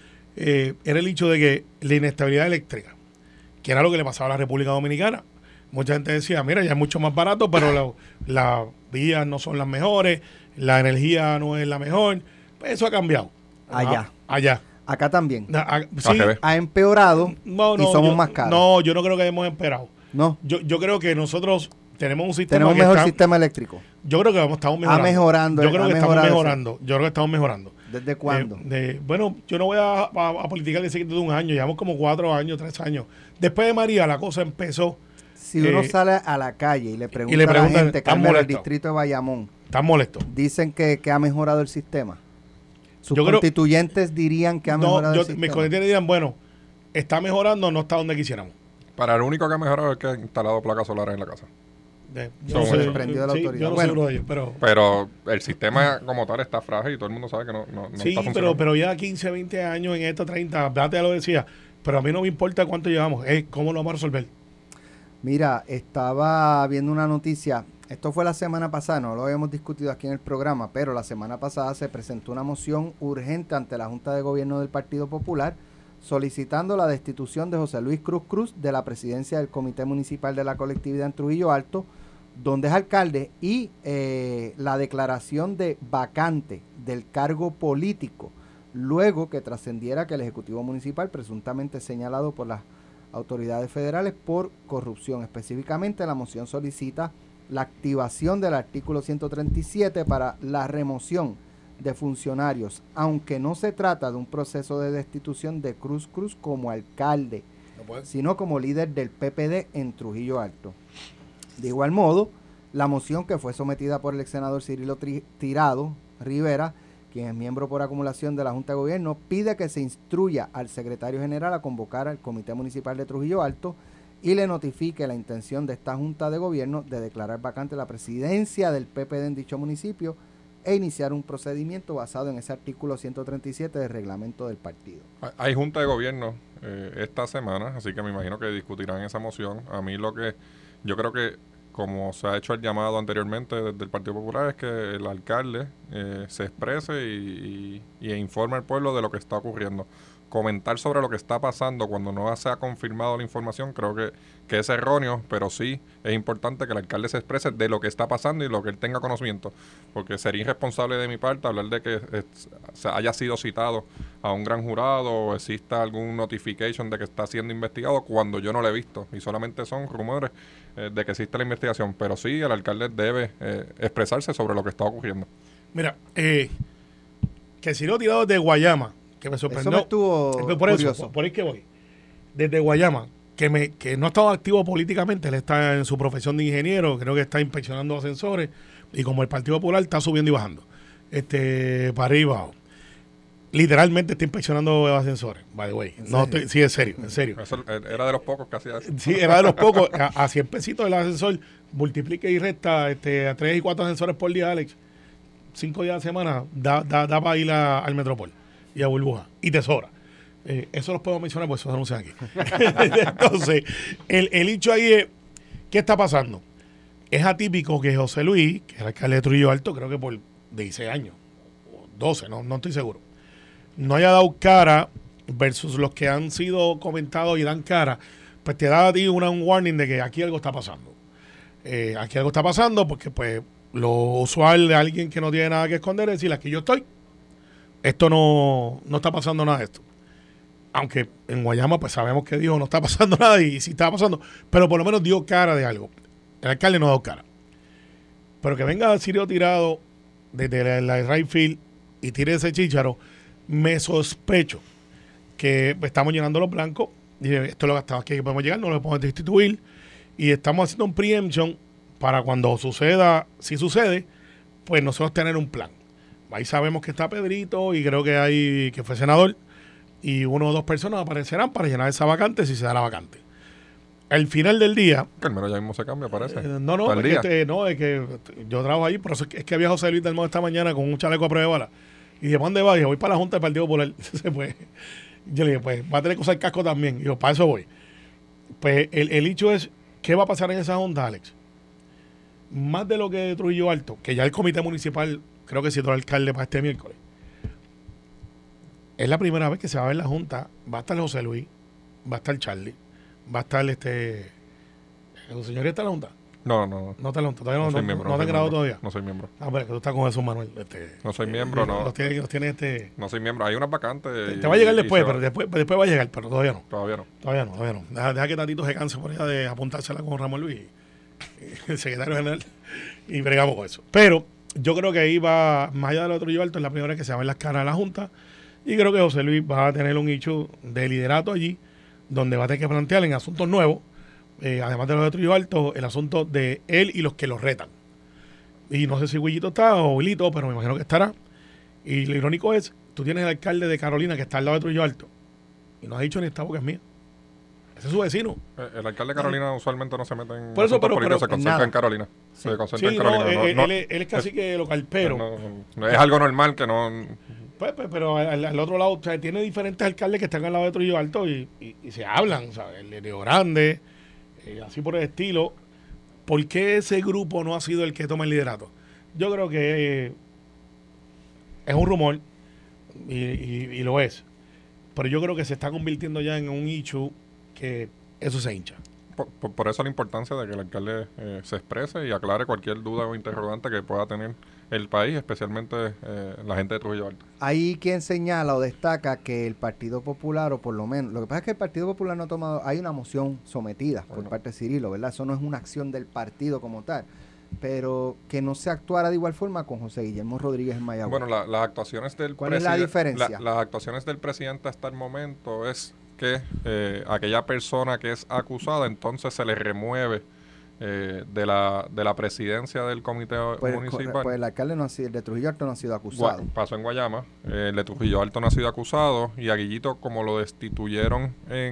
Eh, era el hecho de que la inestabilidad eléctrica, que era lo que le pasaba a la República Dominicana. Mucha gente decía, mira, ya es mucho más barato, pero la- las vías no son las mejores, la energía no es la mejor. Pues eso ha cambiado. Allá. Ah, allá. Acá también. Ah, ah, sí, A G B. Ha empeorado no, no, y somos yo- más caros. No, yo no creo que hemos esperado. No. Yo, yo creo que nosotros tenemos un sistema Tenemos un que mejor está- sistema eléctrico. Yo creo que vamos, estamos mejorando. mejorando, Yo creo ha que estamos mejorado mejorando. Yo creo que estamos mejorando. ¿Desde cuándo? Eh, de- bueno, yo no voy a, a, a politicar de de un año. Llevamos como cuatro años, tres años. Después de María, la cosa empezó. Si uno eh, sale a la calle y le pregunta, le a la preguntan, gente que ¿están anda en el molestos? distrito de Bayamón, Tan molesto. dicen que, que ha mejorado el sistema. Sus Yo creo- constituyentes dirían que ha No, mejorado yo, el mis sistema. constituyentes dirán, bueno, está mejorando, no está donde quisiéramos. para el único que ha mejorado es que ha instalado placas solares en la casa. De- Son no sé, hechos. Prendido de la sí, autoridad. Yo no Bueno. sé seguro de ello, pero... Pero el sistema como tal está frágil y todo el mundo sabe que no, no, no Sí, está pero, funcionando. pero ya quince, veinte años en esto, treinta, Plata ya lo decía, pero a mí no me importa cuánto llevamos, es cómo lo vamos a resolver. Mira, estaba viendo una noticia, esto fue la semana pasada, no lo habíamos discutido aquí en el programa, pero la semana pasada se presentó una moción urgente ante la Junta de Gobierno del Partido Popular solicitando la destitución de José Luis Cruz Cruz de la presidencia del Comité Municipal de la Colectividad en Trujillo Alto, donde es alcalde, y eh, la declaración de vacante del cargo político, luego que trascendiera que el Ejecutivo Municipal presuntamente señalado por las autoridades federales por corrupción. Específicamente, la moción solicita la activación del artículo ciento treinta y siete para la remoción de funcionarios, aunque no se trata de un proceso de destitución de Cruz Cruz como alcalde, sino como líder del P P D en Trujillo Alto. De igual modo, la moción que fue sometida por el ex senador Cirilo Tri- Tirado Rivera, quien es miembro por acumulación de la Junta de Gobierno, pide que se instruya al secretario general a convocar al Comité Municipal de Trujillo Alto y le notifique la intención de esta Junta de Gobierno de declarar vacante la presidencia del P P D en dicho municipio e iniciar un procedimiento basado en ese artículo ciento treinta y siete del reglamento del partido. Hay- Hay junta de gobierno eh, esta semana, así que me imagino que discutirán esa moción. A mí lo que yo creo que, como se ha hecho el llamado anteriormente desde el Partido Popular, es que el alcalde eh, se exprese y, y, y informe al pueblo de lo que está ocurriendo. comentar sobre lo que está pasando cuando no se ha confirmado la información, creo que, que es erróneo, pero sí es importante que el alcalde se exprese de lo que está pasando y lo que él tenga conocimiento, porque sería irresponsable de mi parte hablar de que es, se haya sido citado a un gran jurado o exista algún notification de que está siendo investigado cuando yo no lo he visto y solamente son rumores eh, de que existe la investigación, pero sí el alcalde debe eh, expresarse sobre lo que está ocurriendo. Mira, eh, que si lo tirado desde Guayama, que me sorprendió. Eso me estuvo por curioso. Eso, por ahí que voy. Desde Guayama, que me que no ha estado activo políticamente, él está en su profesión de ingeniero, creo que está inspeccionando ascensores, y como el Partido Popular está subiendo y bajando, este para arriba, literalmente está inspeccionando ascensores, by the way. No estoy, sí, en serio, en serio. Eso era de los pocos que hacía eso. Sí, era de los pocos. A, a cien pesitos el ascensor, multiplique y resta este, a tres y cuatro ascensores por día, Alex. Cinco días a la semana, da, da, da para ir a, al Metropol y a Burbuja. Y te sobra. Eh, eso los puedo mencionar porque eso se anuncian aquí. Entonces, el, el hecho ahí es, ¿qué está pasando? Es atípico que José Luis, que es el alcalde de Trujillo Alto, creo que por dieciséis años, o doce, no, no estoy seguro, no haya dado cara versus los que han sido comentados y dan cara, pues te da a ti una, un warning de que aquí algo está pasando. Eh, aquí algo está pasando porque pues lo usual de alguien que no tiene nada que esconder es decir, aquí yo estoy, esto no, no está pasando nada de esto. Aunque en Guayama pues sabemos que dijo no está pasando nada y sí está pasando, pero por lo menos dio cara de algo. El alcalde no ha dado cara. Pero que venga Sirio Tirado desde la, la right field y tire ese chícharo, me sospecho que estamos llenando los blancos y esto es lo que hasta aquí podemos llegar, no lo podemos destituir y estamos haciendo un preemption para cuando suceda, si sucede, pues nosotros tener un plan. Ahí sabemos que está Pedrito y creo que hay que fue senador y uno o dos personas aparecerán para llenar esa vacante si se da la vacante. Al final del día... Que el mero ya mismo se cambia, parece. Eh, no, no, es que, este, no, es que yo trabajo ahí, pero es que, es que había José Luis del Monte esta mañana con un chaleco a prueba de bala. Y dije, ¿dónde va? Y dije, voy para la Junta del Partido Popular. Pues, yo le dije, pues va a tener que usar el casco también. Y yo, para eso voy. Pues el, el hecho es, ¿qué va a pasar en esa Junta, Alex? Más de lo que de Trujillo Alto, que ya el comité municipal, creo que citó al alcalde para este miércoles. Es la primera vez que se va a ver la Junta. Va a estar José Luis, va a estar Charlie, va a estar este... ¿El señor está en la Junta? No, no, no. No está en la Junta, todavía no, no soy no, miembro. no, No te soy han grabado miembro. todavía. No soy miembro. Ah, pero que tú estás con eso, Manuel. Este, No soy miembro, eh, no. Los tiene, los tiene este... No soy miembro. Hay unas vacantes. Te, y- te va a llegar y después, se va. pero después, después va a llegar, pero todavía no. Todavía no. Todavía no, todavía no. Deja, deja que Tatito se canse por allá de apuntársela con Ramón Luis, el secretario general, y bregamos con eso. Pero yo creo que ahí va, más allá del otro Trujillo Alto, es la primera vez que se va a ver las caras de la Junta, y creo que José Luis va a tener un hecho de liderato allí, donde va a tener que plantear en asuntos nuevos, eh, además de los de Trujillo Alto, el asunto de él y los que los retan. Y no sé si Huillito está o Huilito, pero me imagino que estará. Y lo irónico es, tú tienes el alcalde de Carolina que está al lado de Trujillo Alto, y no has dicho ni esta boca es mía. Ese es su vecino. Eh, El alcalde de Carolina usualmente no se mete en Por eso, asuntos pero- políticos, pero- se concentra nada. en Carolina. Sí. Se concentra Sí, en no, Carolina. él, no, él es, él es cacique local, pero... no, no, es algo normal que no... Pues, pues, pero al, al otro lado, o sea, tiene diferentes alcaldes que están al lado de Trujillo Alto y, y, y se hablan, ¿sabes? El de Río Grande, eh, así por el estilo. ¿Por qué ese grupo no ha sido el que toma el liderato? Yo creo que eh, es un rumor y, y, y lo es. Pero yo creo que se está convirtiendo ya en un issue que eso se hincha. Por, por- por eso la importancia de que el alcalde eh, se exprese y aclare cualquier duda o interrogante que pueda tener el país, especialmente eh, la gente de Trujillo Alto. Hay quien señala o destaca que el Partido Popular, o por lo menos, lo que pasa es que el Partido Popular no ha tomado, hay una moción sometida por Bueno. parte de Cirilo, ¿verdad? Eso no es una acción del partido como tal, pero que no se actuara de igual forma con José Guillermo Rodríguez en Mayagüez. Bueno, la- las actuaciones del ¿Cuál es la preside- diferencia? la- las actuaciones del presidente hasta el momento es que eh, aquella persona que es acusada entonces se le remueve eh, de la de la presidencia del comité pues, municipal. pues el alcalde no ha sido, el de Trujillo Alto no ha sido acusado. Gua- pasó en Guayama, eh, el de Trujillo Alto no ha sido acusado y a Guillito, como lo destituyeron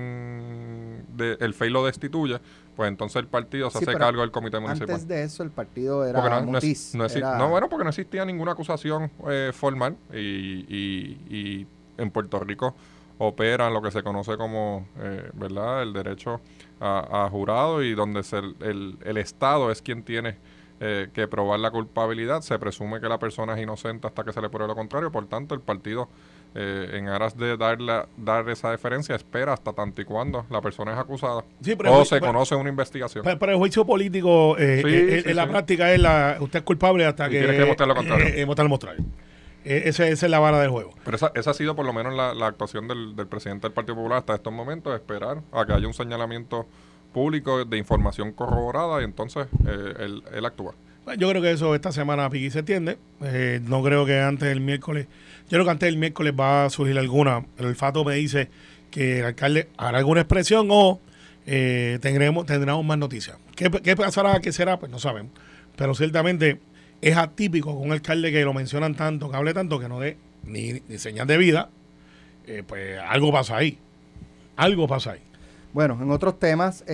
en de, el F E I lo destituye, pues entonces el partido se Sí, hace pero cargo del comité municipal. Antes de eso el partido era Porque no, no, Mutis, es- no exi- era- no, bueno, porque no existía ninguna acusación eh, formal y, y, y en Puerto Rico opera lo que se conoce como, eh, ¿verdad?, el derecho a, a jurado y donde se, el, el Estado es quien tiene eh, que probar la culpabilidad. Se presume que la persona es inocente hasta que se le pruebe lo contrario. Por tanto, el partido, eh, en aras de darle, dar esa deferencia, espera hasta tanto y cuando la persona es acusada Sí, pero o el ju- se pero- conoce una investigación. Pero, pero el juicio político, eh, Sí, eh, sí, en la sí. práctica es la, usted es culpable hasta Y que... tiene que demostrar lo contrario. Eh, eh, demostrar lo contrario. Eh, ese- esa es la vara del juego. Pero esa, esa ha sido por lo menos la, la actuación del, del presidente del Partido Popular hasta estos momentos, esperar a que haya un señalamiento público de información corroborada y entonces eh, él, él actúa. Bueno, yo creo que eso esta semana Piqui se entiende. Eh, no creo que antes del miércoles, yo creo que antes del miércoles va a surgir alguna. El olfato me dice que el alcalde hará alguna expresión o eh, tendremos, tendremos más noticias. ¿Qué, ¿Qué pasará? ¿Qué será? Pues no sabemos. Pero ciertamente es atípico con un alcalde que lo mencionan tanto, que hable tanto, que no dé ni, ni señal de vida. Eh, pues algo pasa ahí. Algo pasa ahí. Bueno, en otros temas,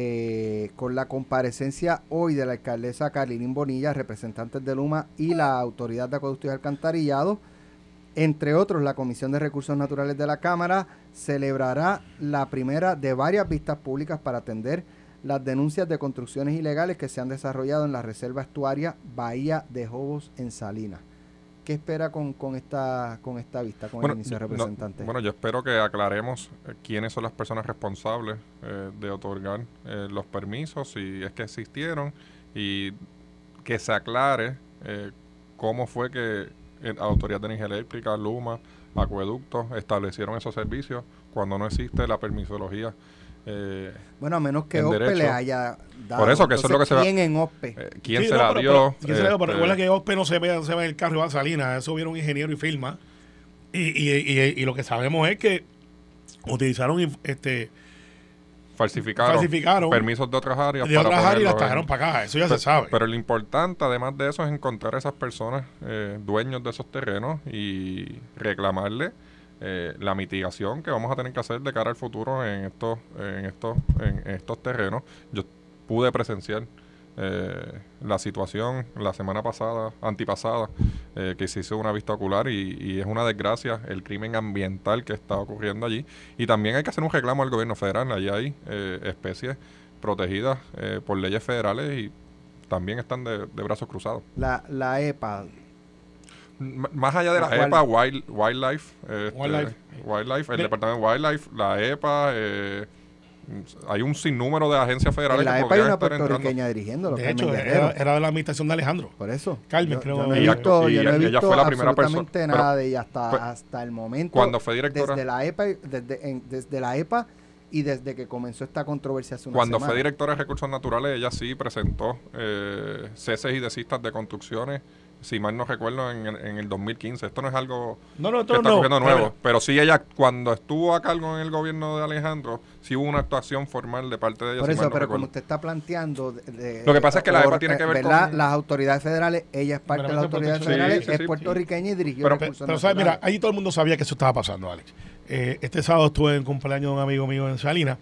eh, con la comparecencia hoy de la alcaldesa Carlín Bonilla, representantes de Luma y la Autoridad de Acueductos y Alcantarillado, entre otros la Comisión de Recursos Naturales de la Cámara, celebrará la primera de varias vistas públicas para atender las denuncias de construcciones ilegales que se han desarrollado en la Reserva Estuaria Bahía de Jobos en Salinas. ¿Qué espera con, con esta con esta vista, con Bueno, el inicio de no, representantes? bueno, yo espero que aclaremos eh, quiénes son las personas responsables eh, de otorgar eh, los permisos, si es que existieron, y que se aclare eh, cómo fue que eh, la Autoridad de Energía Eléctrica, Luma, Acueductos establecieron esos servicios cuando no existe la permisología. Eh, Bueno, a menos que en OSPE derecho. le haya dado. Por eso, que eso es lo que se va- ¿Quién en OSPE? eh, ¿Quién Sí, se no, la pero- dio? pero- ¿quién se la dio? Pero Este, recuerda que OSPE no se ve, no se ve el carro y va a Salinas. Eso hubiera un ingeniero y firma. Y, y, y, y lo que sabemos es que utilizaron inf- este falsificaron, falsificaron permisos de otras áreas de otras áreas y las ponerlos en- trajeron para acá. Eso ya Pe- se sabe. Pero lo importante, además de eso, es encontrar a esas personas eh, dueños de esos terrenos y reclamarle eh, la mitigación que vamos a tener que hacer de cara al futuro en estos, en estos, en estos terrenos. Yo pude presenciar eh, la situación la semana pasada, antipasada, eh, que se hizo una vista ocular y, y es una desgracia el crimen ambiental que está ocurriendo allí. Y también hay que hacer un reclamo al gobierno federal. Allí hay eh, especies protegidas eh, por leyes federales y también están de, de brazos cruzados. La, la EPA. M- más allá de la ¿Cuál? EPA, Wild, Wildlife, este, Wildlife. Wildlife, el Me- Departamento de Wildlife, la EPA, eh, hay un sinnúmero de agencias federales En la que EPA hay podrían una estar entrando. puertorriqueña dirigiéndolo. De Carmen hecho, Guerrero. era, era de la administración de Alejandro. Por eso. Carmen, yo, creo- yo no he Y ella- visto, y yo no he ella visto fue la primera persona- absolutamente pero- nada de ella hasta, pues, hasta el momento. cuando fue directora- Desde la EPA, desde, en- desde la EPA y desde que comenzó esta controversia hace una Cuando semana. fue directora de Recursos Naturales, ella sí presentó eh, ceses y desistas de construcciones, si mal no recuerdo, en, el- en el dos mil quince. Esto no es algo No, no, que esto está no. ocurriendo nuevo. Pero- Pero sí, ella, cuando estuvo a cargo en el gobierno de Alejandro, sí hubo una actuación formal de parte de ella. Por si eso, mal no pero recuerdo. como usted está planteando... de- de- Lo que pasa es que la por, EPA tiene que eh, ver ¿verdad? con- Las autoridades federales, ella es parte de Pero las no se autoridades protege. federales, Sí, sí, es sí. puertorriqueña y dirigió Pero- recursos Pero, ¿sabes? Mira, naturales. ahí todo el mundo sabía que eso estaba pasando, Alex. Eh, este sábado estuve en el cumpleaños de un amigo mío en Salinas.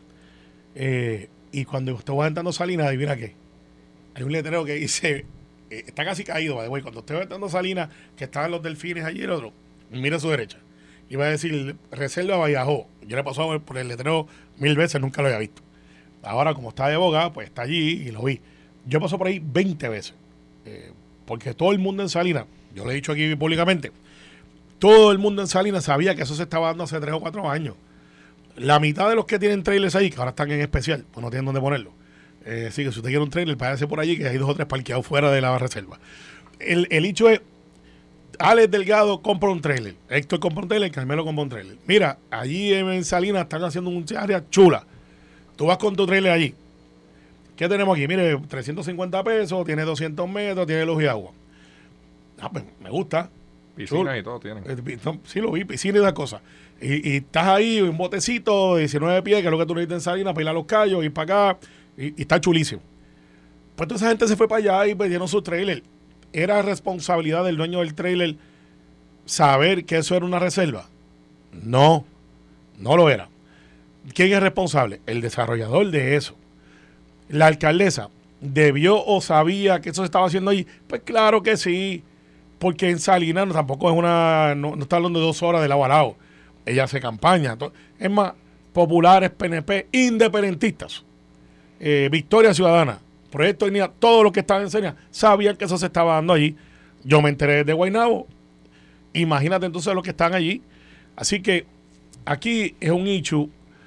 eh, y cuando estuve entrando a Salinas, adivina qué. Hay un letrero que dice, eh, está casi caído, by the way. Cuando estuve entrando a Salinas, que estaban los delfines allí, el otro, mira a su derecha. Iba a decir, Reserva Vallajó. Yo le he pasado por el letrero mil veces, nunca lo había visto. Ahora, como está de boga, pues está allí y lo vi. Yo paso por ahí veinte veces. Eh, porque todo el mundo en Salinas, yo lo he dicho aquí públicamente, todo el mundo en Salinas sabía que eso se estaba dando hace tres o cuatro años. La mitad de los que tienen trailers ahí, que ahora están en especial, pues no tienen dónde ponerlo. Eh, así que si usted quiere un trailer, váyase por allí, que hay dos o tres parqueados fuera de la reserva. El, el hecho es, Alex Delgado compra un trailer, Héctor compra un trailer, Carmelo compra un trailer. Mira, allí en Salinas están haciendo un área chula. Tú vas con tu trailer allí. ¿Qué tenemos aquí? Mire, trescientos cincuenta pesos, tiene doscientos metros, tiene luz y agua. Ah, pues me gusta. Piscinas Chulo. y todo tienen. Eh, pi- no, sí, lo vi, piscina y esas cosas. Y, y estás ahí, un botecito de diecinueve pies, que es lo que tú necesitas en Salinas, para ir a Los Cayos, ir para acá, y, y está chulísimo. Pues toda esa gente se fue para allá y pidieron su trailer. ¿Era responsabilidad del dueño del trailer saber que eso era una reserva? No, no lo era. ¿Quién es responsable? El desarrollador de eso. La alcaldesa debió o sabía que eso se estaba haciendo ahí. Pues claro que sí, porque en Salinas no, tampoco es una, no, no está hablando de dos horas de lado a lado. Ella hace campaña. to- Es más, populares, P N P, independentistas, eh, Victoria Ciudadana, Proyecto Dignidad, todos los que estaban en Salinas sabían que eso se estaba dando allí. Yo me enteré de Guaynabo. Imagínate entonces los que están allí. Así que aquí es un issue.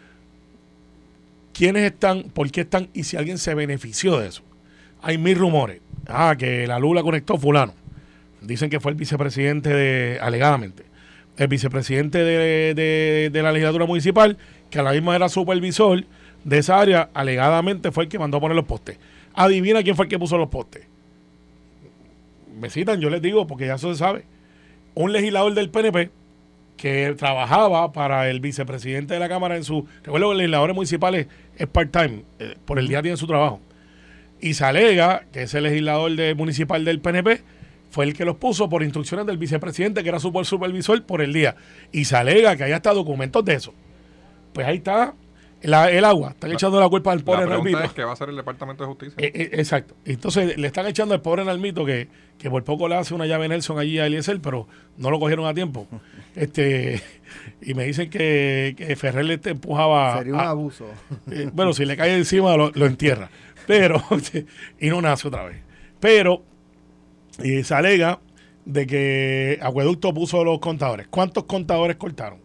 ¿Quiénes están? ¿Por qué están? Y si alguien se benefició de eso. Hay mil rumores. Ah, que la Lula conectó fulano. Dicen que fue el vicepresidente de, alegadamente, el vicepresidente de, de, de la legislatura municipal, que a la misma era supervisor de esa área, alegadamente fue el que mandó a poner los postes. Adivina quién fue el que puso los postes. Me citan, yo les digo, porque ya eso se sabe. Un legislador del P N P que trabajaba para el vicepresidente de la Cámara en su... Recuerdo que los legisladores municipales es part-time, eh, por el día tienen su trabajo. Y se alega que ese legislador de, municipal del P N P fue el que los puso por instrucciones del vicepresidente, que era su supervisor por el día. Y se alega que hay hasta documentos de eso. Pues ahí está la, el agua. Están la, echando la culpa al pobre Nalmito. La pregunta es qué va a hacer el Departamento de Justicia. Eh, eh, exacto. Entonces le están echando al pobre Nalmito que, que por poco le hace una llave Nelson allí a Eliezer, pero no lo cogieron a tiempo. este Y me dicen que, que Ferrer le empujaba... Sería un a, abuso. Eh, bueno, si le cae encima lo, lo entierra. Pero, y no nace otra vez. Pero, y se alega de que Acueducto puso los contadores. ¿Cuántos contadores cortaron?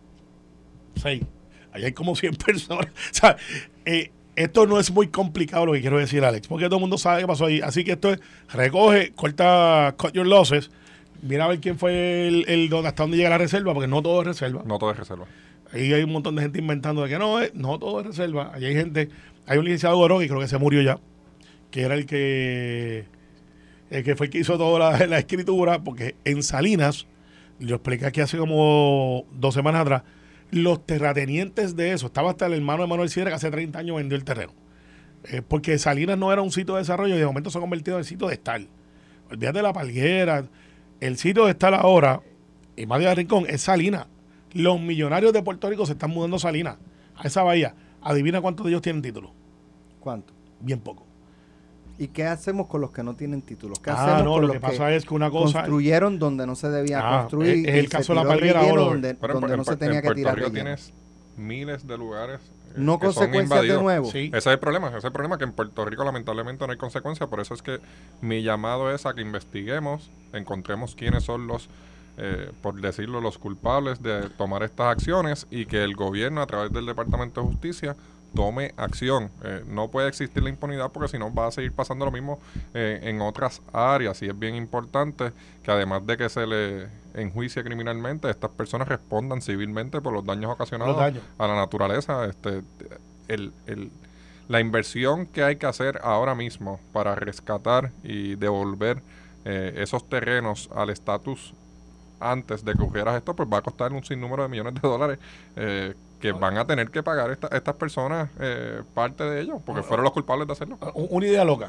Seis. Ahí hay como cien personas. O sea, eh, esto no es muy complicado lo que quiero decir, Alex, porque todo el mundo sabe qué pasó ahí. Así que esto es, recoge, corta, cut your losses, mira a ver quién fue el, el, el hasta dónde llega la reserva, porque no todo es reserva. No todo es reserva. Ahí hay un montón de gente inventando de que no, eh, no todo es reserva. Ahí hay gente, hay un licenciado Goró, que creo que se murió ya, que era el que el que fue el que hizo toda la, la escritura, porque en Salinas, yo expliqué aquí hace como dos semanas atrás, los terratenientes de eso, estaba hasta el hermano de Manuel Sidra, que hace treinta años vendió el terreno. Eh, porque Salinas no era un sitio de desarrollo y de momento se ha convertido en el sitio de estar. Olvídate de la palguera. El sitio de estar ahora, y más de Rincón, es Salinas. Los millonarios de Puerto Rico se están mudando a Salinas, a esa bahía. Adivina cuántos de ellos tienen título. ¿Cuánto? Bien poco. ¿Y qué hacemos con los que no tienen títulos? ¿Qué ah, hacemos no, con lo los que pasa es que una cosa... construyeron donde no se debía ah, construir? Es, es el caso de la palguera ahora. Donde, Pero donde en, no en, se tenía en que tirar Puerto Rico relleno. Tienes miles de lugares eh, no que consecuencias son invadidos. de nuevo. Sí. Ese es el problema, ese es el problema, que en Puerto Rico lamentablemente no hay consecuencias. Por eso es que mi llamado es a que investiguemos, encontremos quiénes son los, eh, por decirlo, los culpables de tomar estas acciones, y que el gobierno a través del Departamento de Justicia tome acción. Eh, no puede existir la impunidad, porque si no va a seguir pasando lo mismo eh, en otras áreas, y es bien importante que además de que se le enjuicie criminalmente, estas personas respondan civilmente por los daños ocasionados los daños. a la naturaleza. Este, el, el, la inversión que hay que hacer ahora mismo para rescatar y devolver eh, esos terrenos al estatus antes de que ocurriera esto, pues va a costar un sinnúmero de millones de dólares eh, que van a tener que pagar esta, estas personas, eh, parte de ellos, porque fueron los culpables de hacerlo. Una idea loca.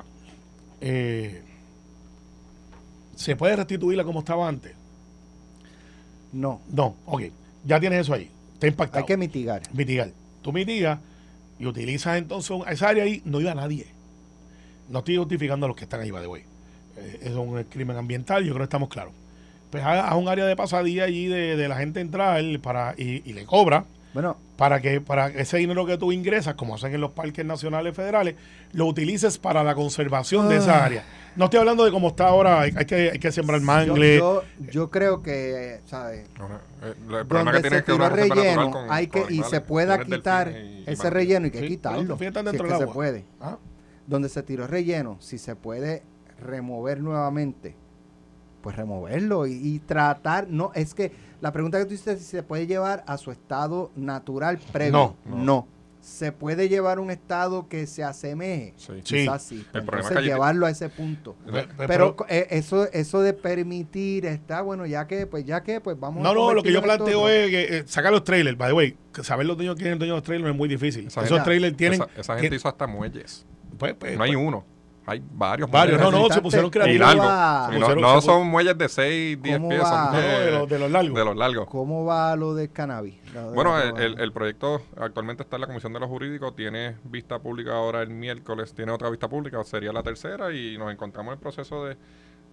Eh, ¿Se puede restituirla como estaba antes? No. No, ok. Ya tienes eso ahí. Está impactado. Hay que mitigar. Mitigar. Tú mitigas y utilizas entonces esa área ahí, no iba nadie. No estoy justificando a los que están ahí, by the way. Eh, es un crimen ambiental, yo creo que estamos claros. Pues haz un área de pasadía allí de, de la gente entrar para y, y le cobra. Bueno, para que para ese dinero que tú ingresas, como hacen en los parques nacionales federales, lo utilices para la conservación uh, de esa área. No estoy hablando de cómo está ahora, hay, hay que hay que sembrar mangle. Yo, yo, yo creo que, ¿sabes? Eh, el donde que se tiene tiró que relleno, con, hay que, con y se pueda quitar y, ese y relleno, y que sí, quitarlo, no, si es que que se puede. ¿Ah? Donde se tiró relleno, si se puede remover nuevamente, pues removerlo y, y tratar, no, es que la pregunta que tú hiciste es si se puede llevar a su estado natural previo. No, no. no. Se puede llevar a un estado que se asemeje. Sí. Quizás sí. El Entonces es que llevarlo a ese punto. Pero, pero, pero eh, eso eso de permitir está bueno, ya que pues ya que pues vamos no, a no, lo que yo convertirlo en planteo todo. es que eh, sacar los trailers, by the way, que saber los dueños quién es el dueño de los trailers es muy difícil. Esa Esos gente- trailers tienen Esa, esa gente hizo hasta muelles. pues, pues, No hay pues, uno. Hay varios. varios, no, muelles. no, se pusieron Y creativos. ¿Cómo largos. va? Y no, Pusieron- no se son muelles de seis, diez ¿Cómo pies, va? son No, de, de los- de los largos. de los largos. ¿Cómo va lo del cannabis? Lo de Bueno, la el, el, droga. el proyecto actualmente está en la Comisión de los Jurídicos, tiene vista pública ahora el miércoles, tiene otra vista pública, sería la tercera, y nos encontramos en el proceso de,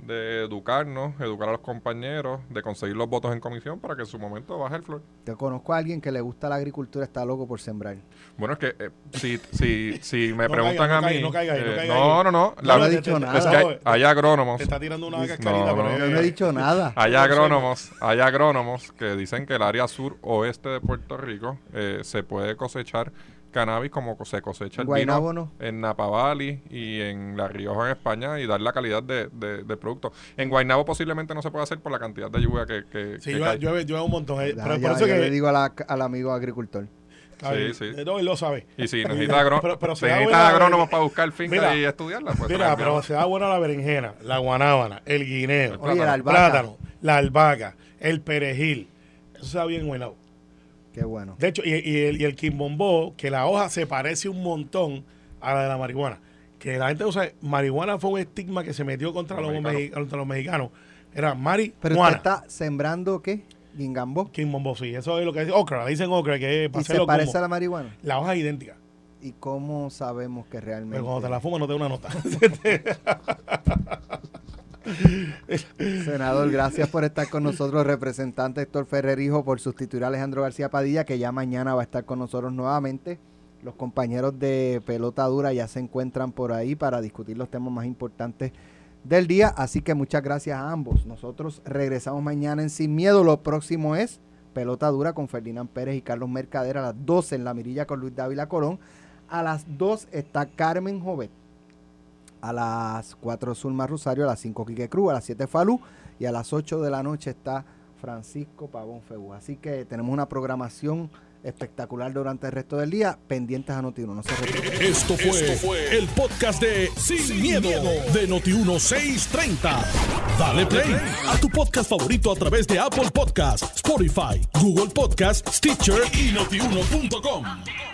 de educarnos, educar a los compañeros, de conseguir los votos en comisión para que en su momento baje el flor. Te conozco a alguien que le gusta la agricultura, está loco por sembrar. Bueno, es que eh, si, si, si me No preguntan caiga, no a mí... caiga, no caiga ahí, no eh, caiga no, ahí. no, no, Yo no he dicho es nada. que hay, hay agrónomos... Te está tirando una No, cascarita, no, pero... Yo eh, no he dicho nada. Hay agrónomos, hay agrónomos que dicen que el área sur-oeste de Puerto Rico eh, se puede cosechar cannabis como se cosecha el Guaynabo vino no. en Napa Valley y en La Rioja en España y dar la calidad de, de, de producto. En Guaynabo posiblemente no se puede hacer por la cantidad de lluvia que, que, Sí, que llueve, cae. llueve, llueve un montón. eh, Ya, pero ya, por eso yo que... le digo a la- al amigo agricultor. Está bien, Sí, sí. eh, no, él lo sabe. Y si necesitas agró Pero- pero se da necesitas buena- agrónomos para buscar finca Mira, y estudiarla, pues Mira, tráeme pero agua. se da buena la berenjena, la guanábana, el guineo, Oye, la plátano. el albahaca. plátano, la albahaca, el perejil. Eso se da bien en Guaynabo. Qué bueno. De hecho, y, y el, y el quimbombó, que la hoja se parece un montón a la de la marihuana. Que la gente usa, marihuana fue un estigma que se metió contra Los los, mexicanos. mexi- contra los mexicanos. Era Pero usted marihuana. está sembrando, ¿qué? Guingambó. Quimbombó, sí. Eso es lo que dice okra. Le dicen okra, que es para ¿Y se hacerlo parece como- a la marihuana? La hoja es idéntica. ¿Y cómo sabemos que realmente? Pero cuando te la fumas no te da una nota. Senador, gracias por estar con nosotros, representante Héctor Ferrerijo, por sustituir a Alejandro García Padilla, que ya mañana va a estar con nosotros nuevamente. Los compañeros de Pelota Dura ya se encuentran por ahí para discutir los temas más importantes del día, así que muchas gracias a ambos. Nosotros regresamos mañana en Sin Miedo. Lo próximo es Pelota Dura con Ferdinand Pérez y Carlos Mercader a las doce en La Mirilla con Luis Dávila Colón. A las dos está Carmen Jovet. A las cuatro Zulma Rosario, a las cinco Quique Cruz, a las siete Falú y a las ocho de la noche está Francisco Pavón Febú. Así que tenemos una programación espectacular durante el resto del día, pendientes a Noti uno. No se retire. Esto fue, Esto fue el podcast de Sin, Sin miedo, miedo de Noti uno seiscientos treinta. Dale play a tu podcast favorito a través de Apple Podcasts, Spotify, Google Podcasts, Stitcher y notiuno punto com.